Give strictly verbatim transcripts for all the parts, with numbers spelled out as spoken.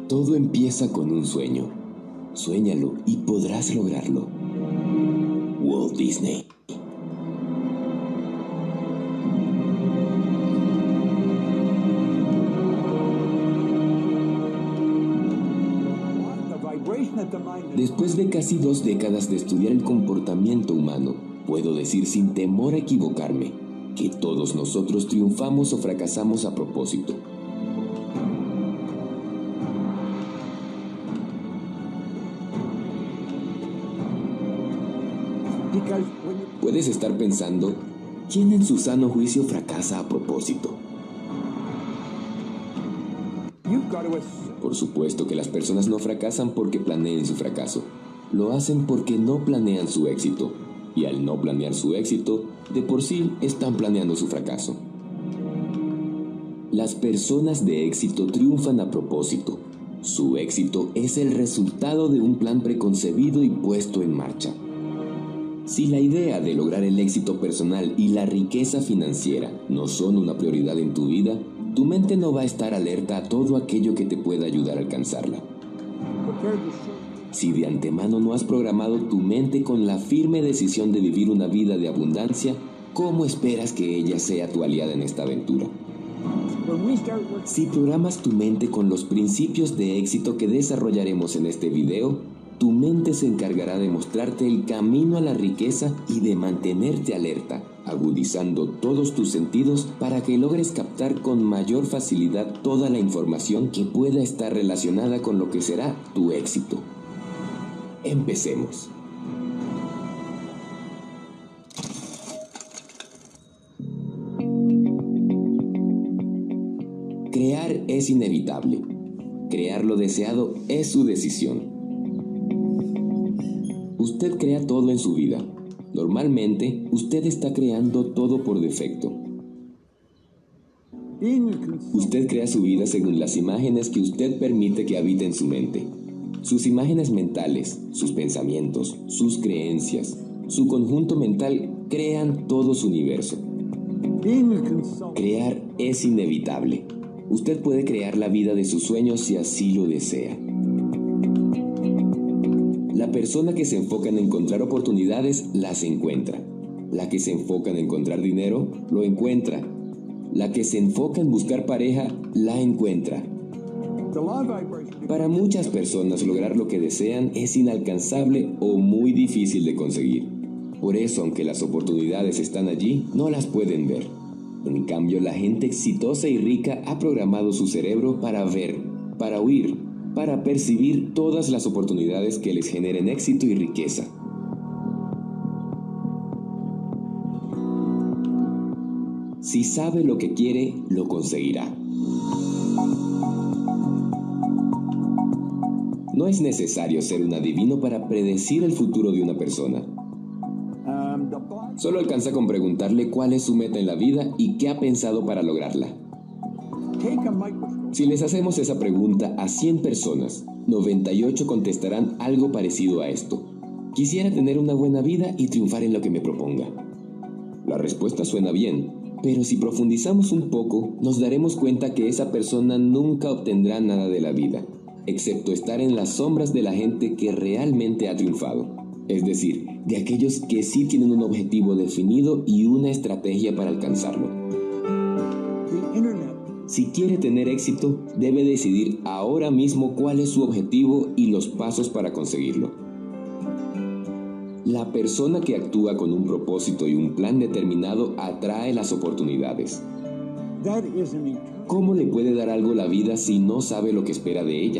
Todo empieza con un sueño. Suéñalo y podrás lograrlo. Walt Disney. Después de casi dos décadas de estudiar el comportamiento humano, puedo decir sin temor a equivocarme que todos nosotros triunfamos o fracasamos a propósito. Puedes estar pensando, ¿quién en su sano juicio fracasa a propósito? Por supuesto que las personas no fracasan porque planeen su fracaso. Lo hacen porque no planean su éxito. Y al no planear su éxito, de por sí están planeando su fracaso. Las personas de éxito triunfan a propósito. Su éxito es el resultado de un plan preconcebido y puesto en marcha. Si la idea de lograr el éxito personal y la riqueza financiera no son una prioridad en tu vida, tu mente no va a estar alerta a todo aquello que te pueda ayudar a alcanzarla. Si de antemano no has programado tu mente con la firme decisión de vivir una vida de abundancia, ¿cómo esperas que ella sea tu aliada en esta aventura? Si programas tu mente con los principios de éxito que desarrollaremos en este video, tu mente se encargará de mostrarte el camino a la riqueza y de mantenerte alerta, agudizando todos tus sentidos para que logres captar con mayor facilidad toda la información que pueda estar relacionada con lo que será tu éxito. Empecemos. Crear es inevitable. Crear lo deseado es su decisión. Usted crea todo en su vida. Normalmente, usted está creando todo por defecto. Usted crea su vida según las imágenes que usted permite que habiten su mente. Sus imágenes mentales, sus pensamientos, sus creencias, su conjunto mental crean todo su universo. Crear es inevitable. Usted puede crear la vida de sus sueños si así lo desea. La persona que se enfoca en encontrar oportunidades, las encuentra. La que se enfoca en encontrar dinero, lo encuentra. La que se enfoca en buscar pareja, la encuentra. Para muchas personas lograr lo que desean es inalcanzable o muy difícil de conseguir. Por eso, aunque las oportunidades están allí, no las pueden ver. En cambio, la gente exitosa y rica ha programado su cerebro para ver, para oír, para percibir todas las oportunidades que les generen éxito y riqueza. Si sabe lo que quiere, lo conseguirá. No es necesario ser un adivino para predecir el futuro de una persona. Solo alcanza con preguntarle cuál es su meta en la vida y qué ha pensado para lograrla. Si les hacemos esa pregunta a cien personas, noventa y ocho contestarán algo parecido a esto. Quisiera tener una buena vida y triunfar en lo que me proponga. La respuesta suena bien, pero si profundizamos un poco, nos daremos cuenta que esa persona nunca obtendrá nada de la vida, excepto estar en las sombras de la gente que realmente ha triunfado. Es decir, de aquellos que sí tienen un objetivo definido y una estrategia para alcanzarlo. Si quiere tener éxito, debe decidir ahora mismo cuál es su objetivo y los pasos para conseguirlo. La persona que actúa con un propósito y un plan determinado atrae las oportunidades. ¿Cómo le puede dar algo la vida si no sabe lo que espera de ella?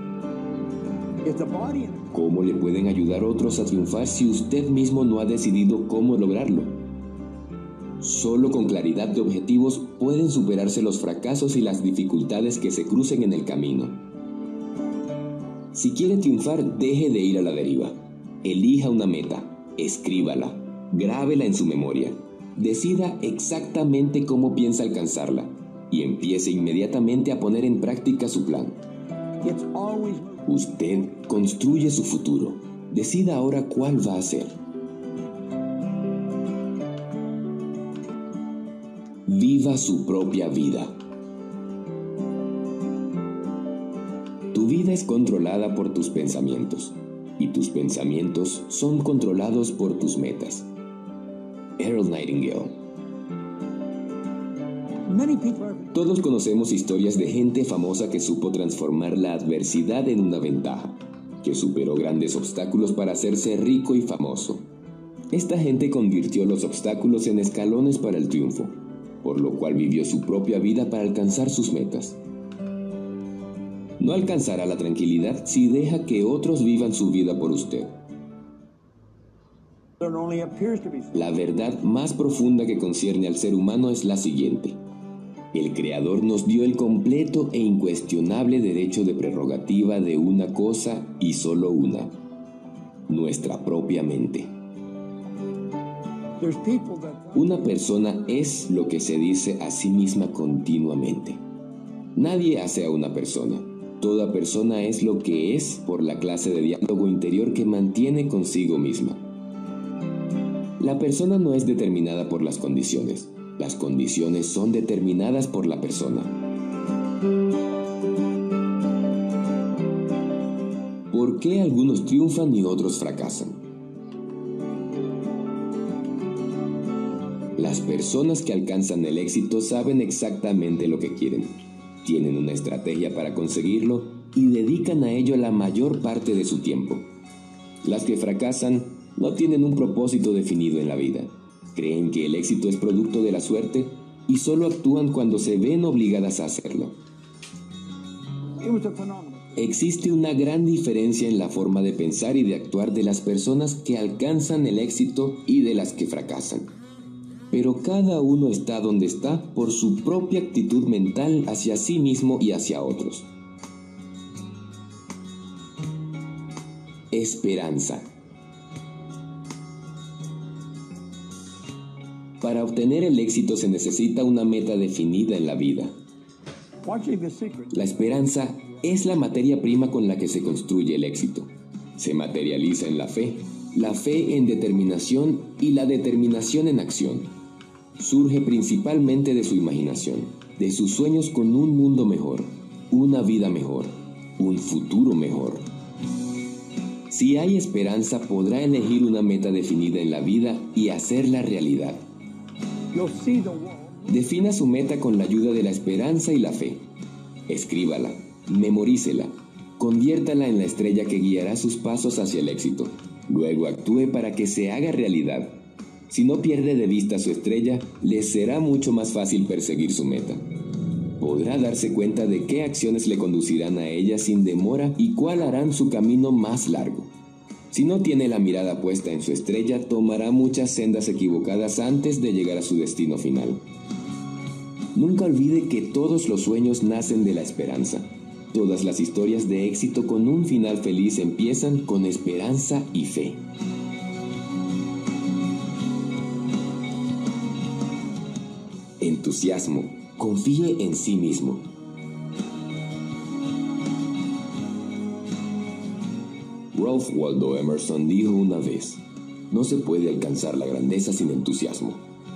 ¿Cómo le pueden ayudar otros a triunfar si usted mismo no ha decidido cómo lograrlo? Solo con claridad de objetivos pueden superarse los fracasos y las dificultades que se crucen en el camino. Si quiere triunfar, deje de ir a la deriva. Elija una meta, escríbala, grábela en su memoria. Decida exactamente cómo piensa alcanzarla y empiece inmediatamente a poner en práctica su plan. Usted construye su futuro. Decida ahora cuál va a ser. Viva su propia vida. Tu vida es controlada por tus pensamientos, y tus pensamientos son controlados por tus metas. Earl Nightingale. Todos conocemos historias de gente famosa que supo transformar la adversidad en una ventaja, que superó grandes obstáculos para hacerse rico y famoso. Esta gente convirtió los obstáculos en escalones para el triunfo, por lo cual vivió su propia vida para alcanzar sus metas. No alcanzará la tranquilidad si deja que otros vivan su vida por usted. La verdad más profunda que concierne al ser humano es la siguiente. El Creador nos dio el completo e incuestionable derecho de prerrogativa de una cosa y solo una: nuestra propia mente. Una persona es lo que se dice a sí misma continuamente. Nadie hace a una persona. Toda persona es lo que es por la clase de diálogo interior que mantiene consigo misma. La persona no es determinada por las condiciones. Las condiciones son determinadas por la persona. ¿Por qué algunos triunfan y otros fracasan? Las personas que alcanzan el éxito saben exactamente lo que quieren. Tienen una estrategia para conseguirlo y dedican a ello la mayor parte de su tiempo. Las que fracasan no tienen un propósito definido en la vida. Creen que el éxito es producto de la suerte y solo actúan cuando se ven obligadas a hacerlo. Existe una gran diferencia en la forma de pensar y de actuar de las personas que alcanzan el éxito y de las que fracasan. Pero cada uno está donde está por su propia actitud mental hacia sí mismo y hacia otros. Esperanza. Para obtener el éxito se necesita una meta definida en la vida. La esperanza es la materia prima con la que se construye el éxito. Se materializa en la fe, la fe en determinación y la determinación en acción. Surge principalmente de su imaginación, de sus sueños con un mundo mejor, una vida mejor, un futuro mejor. Si hay esperanza, podrá elegir una meta definida en la vida y hacerla realidad. Defina su meta con la ayuda de la esperanza y la fe. Escríbala, memorícela, conviértala en la estrella que guiará sus pasos hacia el éxito. Luego actúe para que se haga realidad. Si no pierde de vista su estrella, le será mucho más fácil perseguir su meta. Podrá darse cuenta de qué acciones le conducirán a ella sin demora y cuál harán su camino más largo. Si no tiene la mirada puesta en su estrella, tomará muchas sendas equivocadas antes de llegar a su destino final. Nunca olvide que todos los sueños nacen de la esperanza. Todas las historias de éxito con un final feliz empiezan con esperanza y fe. Entusiasmo. Confíe en sí mismo. Ralph Waldo Emerson dijo una vez: no se puede alcanzar la grandeza sin entusiasmo.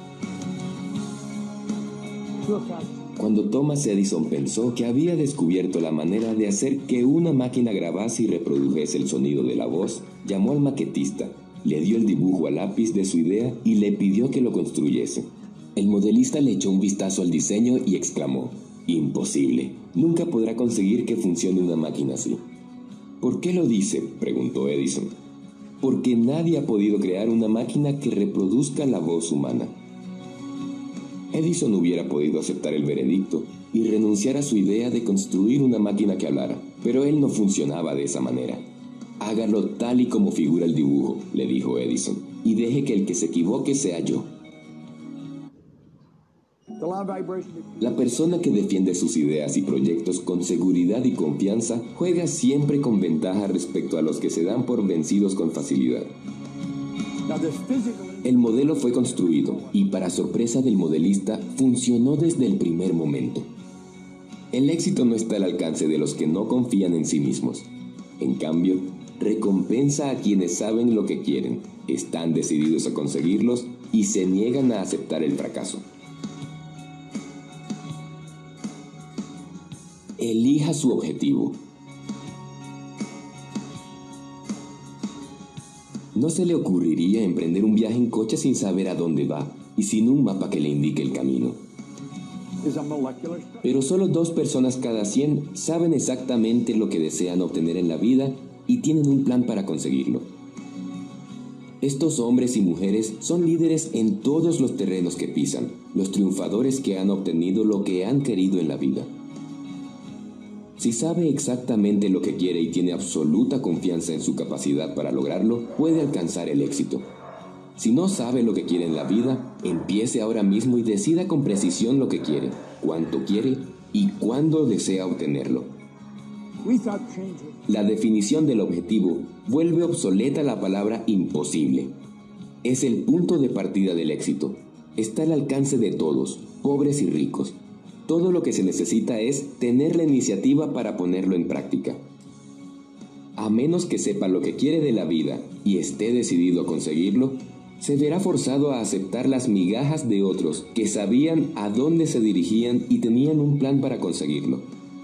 Cuando Thomas Edison pensó que había descubierto la manera de hacer que una máquina grabase y reprodujese el sonido de la voz, llamó al maquetista, le dio el dibujo a lápiz de su idea y le pidió que lo construyese. El modelista le echó un vistazo al diseño y exclamó: imposible, nunca podrá conseguir que funcione una máquina así. ¿Por qué lo dice?, preguntó Edison. Porque nadie ha podido crear una máquina que reproduzca la voz humana. Edison hubiera podido aceptar el veredicto y renunciar a su idea de construir una máquina que hablara, pero él no funcionaba de esa manera. Hágalo tal y como figura el dibujo, le dijo Edison, y deje que el que se equivoque sea yo. La persona que defiende sus ideas y proyectos con seguridad y confianza juega siempre con ventaja respecto a los que se dan por vencidos con facilidad. El modelo fue construido y, para sorpresa del modelista, funcionó desde el primer momento. El éxito no está al alcance de los que no confían en sí mismos. En cambio, recompensa a quienes saben lo que quieren, están decididos a conseguirlos y se niegan a aceptar el fracaso. Elija su objetivo. No se le ocurriría emprender un viaje en coche sin saber a dónde va y sin un mapa que le indique el camino. Pero solo dos personas cada cien saben exactamente lo que desean obtener en la vida y tienen un plan para conseguirlo. Estos hombres y mujeres son líderes en todos los terrenos que pisan, los triunfadores que han obtenido lo que han querido en la vida. Si sabe exactamente lo que quiere y tiene absoluta confianza en su capacidad para lograrlo, puede alcanzar el éxito. Si no sabe lo que quiere en la vida, empiece ahora mismo y decida con precisión lo que quiere, cuánto quiere y cuándo desea obtenerlo. La definición del objetivo vuelve obsoleta la palabra imposible. Es el punto de partida del éxito. Está al alcance de todos, pobres y ricos. Todo lo que se necesita es tener la iniciativa para ponerlo en práctica. A menos que sepa lo que quiere de la vida y esté decidido a conseguirlo, se verá forzado a aceptar las migajas de otros que sabían a dónde se dirigían y tenían un plan para conseguirlo.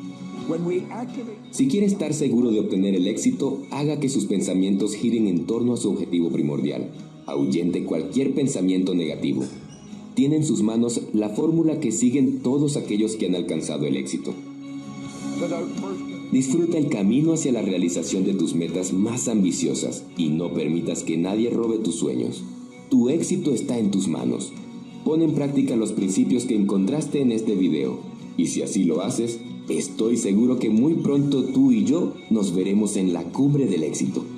Si quiere estar seguro de obtener el éxito, haga que sus pensamientos giren en torno a su objetivo primordial. Ahuyente cualquier pensamiento negativo. Tiene en sus manos la fórmula que siguen todos aquellos que han alcanzado el éxito. Disfruta el camino hacia la realización de tus metas más ambiciosas y no permitas que nadie robe tus sueños. Tu éxito está en tus manos. Pon en práctica los principios que encontraste en este video. Y si así lo haces, estoy seguro que muy pronto tú y yo nos veremos en la cumbre del éxito.